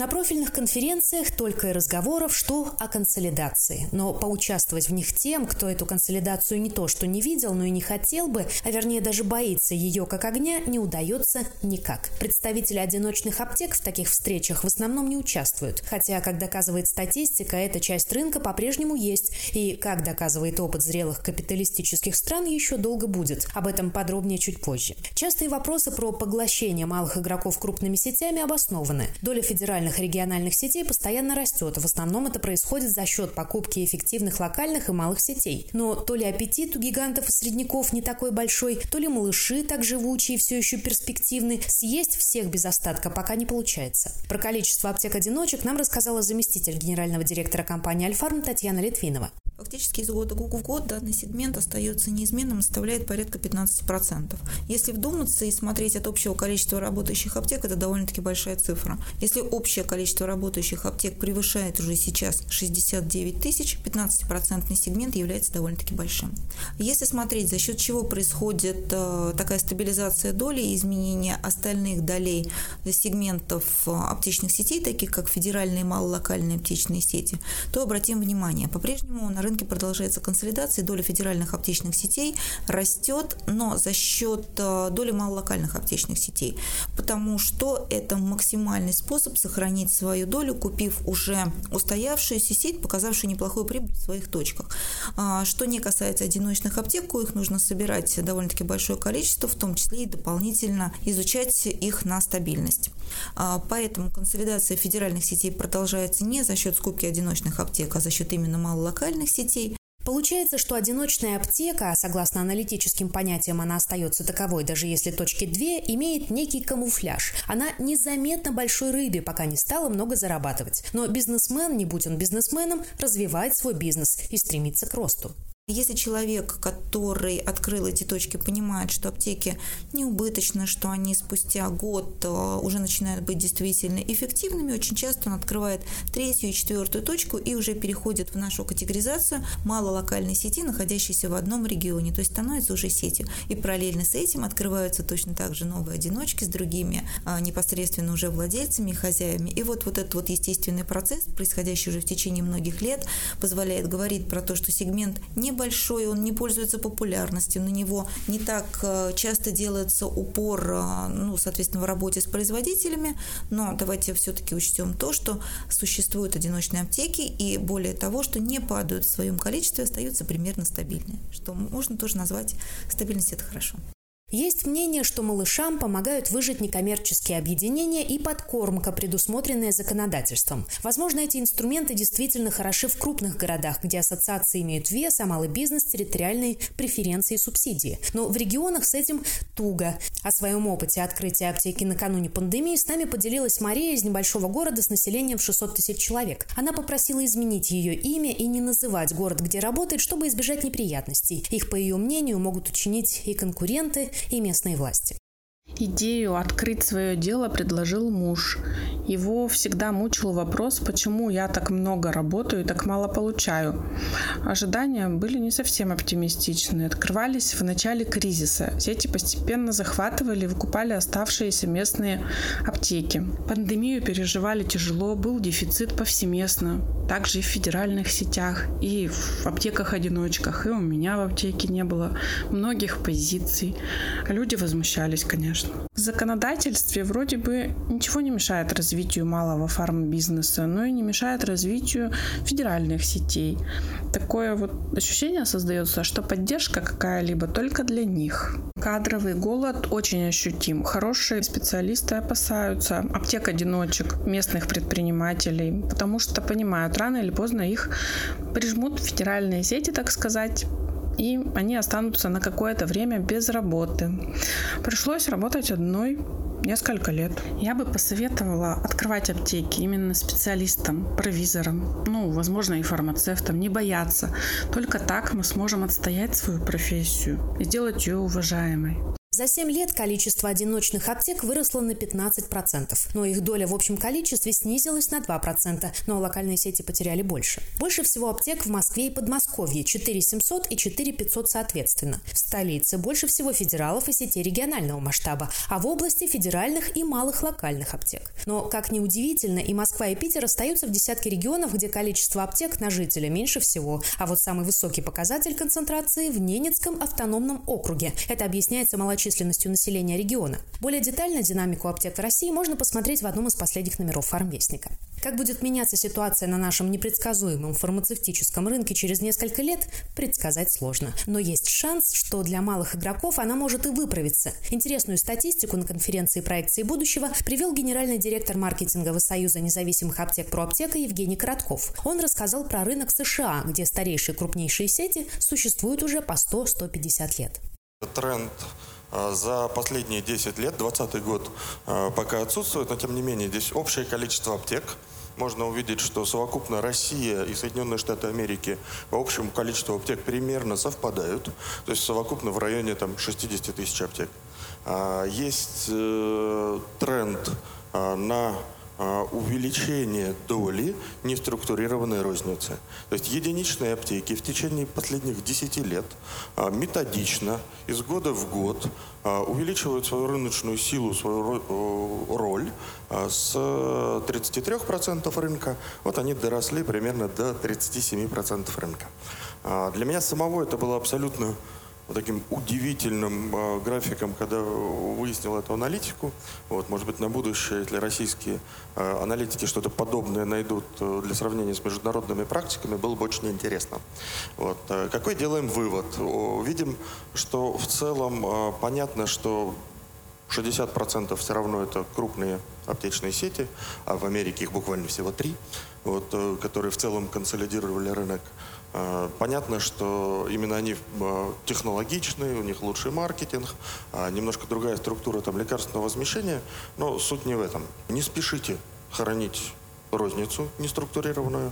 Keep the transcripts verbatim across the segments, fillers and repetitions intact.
На профильных конференциях только и разговоров, что о консолидации. Но поучаствовать в них тем, кто эту консолидацию не то что не видел, но и не хотел бы, а вернее даже боится ее как огня, не удается никак. Представители одиночных аптек в таких встречах в основном не участвуют. Хотя, как доказывает статистика, эта часть рынка по-прежнему есть. И, как доказывает опыт зрелых капиталистических стран, еще долго будет. Об этом подробнее чуть позже. Частые вопросы про поглощение малых игроков крупными сетями обоснованы. Доля федеральных и региональных сетей постоянно растет. В основном это происходит за счет покупки эффективных локальных и малых сетей. Но то ли аппетит у гигантов и средняков не такой большой, то ли малыши так живучие и все еще перспективны, съесть всех без остатка пока не получается. Про количество аптек-одиночек нам рассказала заместитель генерального директора компании «Альфарм» Татьяна Литвинова. Фактически из года в год данный сегмент остается неизменным и составляет порядка пятнадцать процентов. Если вдуматься и смотреть от общего количества работающих аптек, это довольно-таки большая цифра. Если общее количество работающих аптек превышает уже сейчас шестьдесят девять тысяч, пятнадцатипроцентный сегмент является довольно-таки большим. Если смотреть, за счет чего происходит э, такая стабилизация доли и изменение остальных долей сегментов э, аптечных сетей, таких как федеральные и малолокальные аптечные сети, то обратим внимание, по-прежнему на рынке продолжается консолидация, доля федеральных аптечных сетей растет, но за счет доли малолокальных аптечных сетей, потому что это максимальный способ сохранить свою долю, купив уже устоявшуюся сеть, показавшую неплохую прибыль в своих точках. Что не касается одиночных аптек, их нужно собирать довольно-таки большое количество, в том числе и дополнительно изучать их на стабильность. Поэтому консолидация федеральных сетей продолжается не за счет скупки одиночных аптек, а за счет именно малолокальных сетей. Получается, что одиночная аптека, согласно аналитическим понятиям она остается таковой, даже если точки две, имеет некий камуфляж. Она незаметна большой рыбе, пока не стала много зарабатывать. Но бизнесмен, не будь он бизнесменом, развивает свой бизнес и стремится к росту. Если человек, который открыл эти точки, понимает, что аптеки неубыточны, что они спустя год уже начинают быть действительно эффективными, очень часто он открывает третью и четвертую точку и уже переходит в нашу категоризацию малолокальной сети, находящейся в одном регионе, то есть становится уже сетью. И параллельно с этим открываются точно так же новые одиночки с другими непосредственно уже владельцами и хозяевами. И вот, вот этот вот естественный процесс, происходящий уже в течение многих лет, позволяет говорить про то, что сегмент не большой, он не пользуется популярностью, на него не так часто делается упор, ну, соответственно, в работе с производителями, но давайте все-таки учтем то, что существуют одиночные аптеки и более того, что не падают в своем количестве, остаются примерно стабильны, что можно тоже назвать стабильность, это хорошо. Есть мнение, что малышам помогают выжить некоммерческие объединения и подкормка, предусмотренная законодательством. Возможно, эти инструменты действительно хороши в крупных городах, где ассоциации имеют вес, а малый бизнес – территориальные преференции и субсидии. Но в регионах с этим туго. О своем опыте открытия аптеки накануне пандемии с нами поделилась Мария из небольшого города с населением в шестьсот тысяч человек. Она попросила изменить ее имя и не называть город, где работает, чтобы избежать неприятностей. Их, по ее мнению, могут учинить и конкуренты, и местные власти. Идею открыть свое дело предложил муж. Его всегда мучил вопрос, почему я так много работаю и так мало получаю. Ожидания были не совсем оптимистичны. Открывались в начале кризиса. Сети постепенно захватывали и выкупали оставшиеся местные аптеки. Пандемию переживали тяжело, был дефицит повсеместно. Также и в федеральных сетях, и в аптеках-одиночках. И у меня в аптеке не было многих позиций. Люди возмущались, конечно. В законодательстве вроде бы ничего не мешает развитию малого фармбизнеса, но и не мешает развитию федеральных сетей. Такое вот ощущение создается, что поддержка какая-либо только для них. Кадровый голод очень ощутим. Хорошие специалисты опасаются аптек-одиночек, местных предпринимателей, потому что понимают, рано или поздно их прижмут в федеральные сети, так сказать, и они останутся на какое-то время без работы. Пришлось работать одной несколько лет. Я бы посоветовала открывать аптеки именно специалистам, провизорам, ну, возможно, и фармацевтам, не бояться. Только так мы сможем отстоять свою профессию и сделать ее уважаемой. За семь лет количество одиночных аптек выросло на пятнадцать процентов, но их доля в общем количестве снизилась на два процента, но локальные сети потеряли больше. Больше всего аптек в Москве и Подмосковье – четыре тысячи семьсот и четыре тысячи пятьсот соответственно. В столице больше всего федералов и сетей регионального масштаба, а в области федеральных и малых локальных аптек. Но, как ни удивительно, и Москва, и Питер остаются в десятке регионов, где количество аптек на жителя меньше всего, а вот самый высокий показатель концентрации в Ненецком автономном округе. Это объясняется малочисленностью населения региона. Более детально динамику аптек в России можно посмотреть в одном из последних номеров «Фармвестника». Как будет меняться ситуация на нашем непредсказуемом фармацевтическом рынке через несколько лет, предсказать сложно. Но есть шанс, что для малых игроков она может и выправиться. Интересную статистику на конференции проекции будущего привел генеральный директор маркетингового союза независимых аптек «Проаптека» Евгений Коротков. Он рассказал про рынок США, где старейшие крупнейшие сети существуют уже по сто - сто пятьдесят лет. Тренд за последние десять лет, двадцатый год пока отсутствует, но тем не менее здесь общее количество аптек. Можно увидеть, что совокупно Россия и Соединенные Штаты Америки по общему количеству аптек примерно совпадают. То есть совокупно в районе там, шестьдесят тысяч аптек. Есть тренд на увеличение доли неструктурированной розницы. То есть единичные аптеки в течение последних десяти лет методично, из года в год, увеличивают свою рыночную силу, свою роль с тридцати трёх процентов рынка. Вот они доросли примерно до тридцати семи процентов рынка. Для меня самого это было абсолютно таким удивительным э, графиком, когда выяснил эту аналитику. Вот, может быть, на будущее, если российские э, аналитики что-то подобное найдут э, для сравнения с международными практиками, было бы очень интересно. Вот, э, какой делаем вывод? О, видим, что в целом э, понятно, что шестьдесят процентов все равно это крупные аптечные сети, а в Америке их буквально всего три, вот, э, которые в целом консолидировали рынок. Понятно, что именно они технологичные, у них лучший маркетинг, немножко другая структура там, лекарственного возмещения, но суть не в этом. Не спешите хоронить розницу неструктурированную.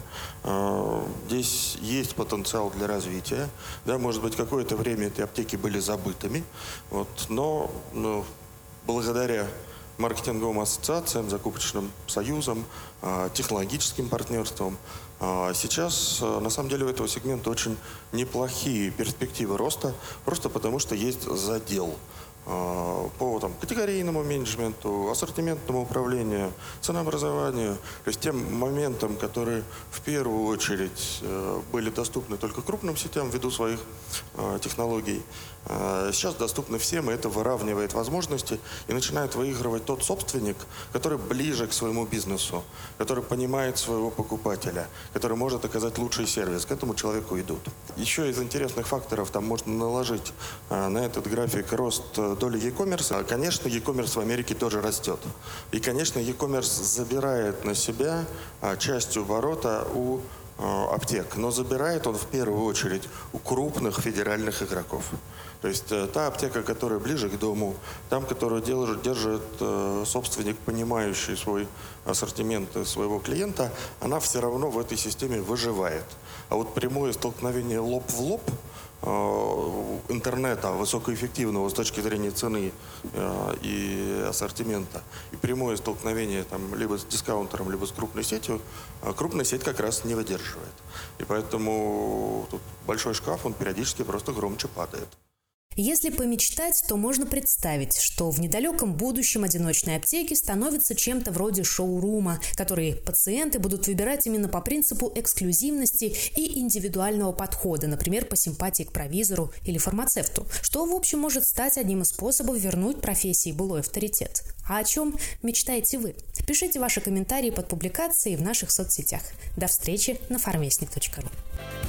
Здесь есть потенциал для развития. Да, может быть, какое-то время эти аптеки были забытыми, вот, но ну, благодаря маркетинговым ассоциациям, закупочным союзам, технологическим партнерствам, сейчас, на самом деле, у этого сегмента очень неплохие перспективы роста, просто потому что есть задел по там, категорийному менеджменту, ассортиментному управлению, ценообразованию, то есть тем моментам, которые в первую очередь были доступны только крупным сетям ввиду своих технологий. Сейчас доступны всем, и это выравнивает возможности и начинает выигрывать тот собственник, который ближе к своему бизнесу, который понимает своего покупателя, который может оказать лучший сервис. К этому человеку идут. Еще из интересных факторов там можно наложить на этот график рост доли e-commerce. Конечно, e-commerce в Америке тоже растет. И, конечно, e-commerce забирает на себя часть оборота у аптек, но забирает он в первую очередь у крупных федеральных игроков. То есть та аптека, которая ближе к дому, там, которую держит, держит собственник, понимающий свой ассортимент своего клиента, она все равно в этой системе выживает. А вот прямое столкновение лоб в лоб интернета высокоэффективного с точки зрения цены и ассортимента, и прямое столкновение там, либо с дискаунтером, либо с крупной сетью, крупная сеть как раз не выдерживает. И поэтому тут большой шкаф, он периодически просто громче падает. Если помечтать, то можно представить, что в недалеком будущем одиночные аптеки становятся чем-то вроде шоурума, который пациенты будут выбирать именно по принципу эксклюзивности и индивидуального подхода, например, по симпатии к провизору или фармацевту, что, в общем, может стать одним из способов вернуть профессии былой авторитет. А о чем мечтаете вы? Пишите ваши комментарии под публикацией в наших соцсетях. До встречи на фармвестник точка ру.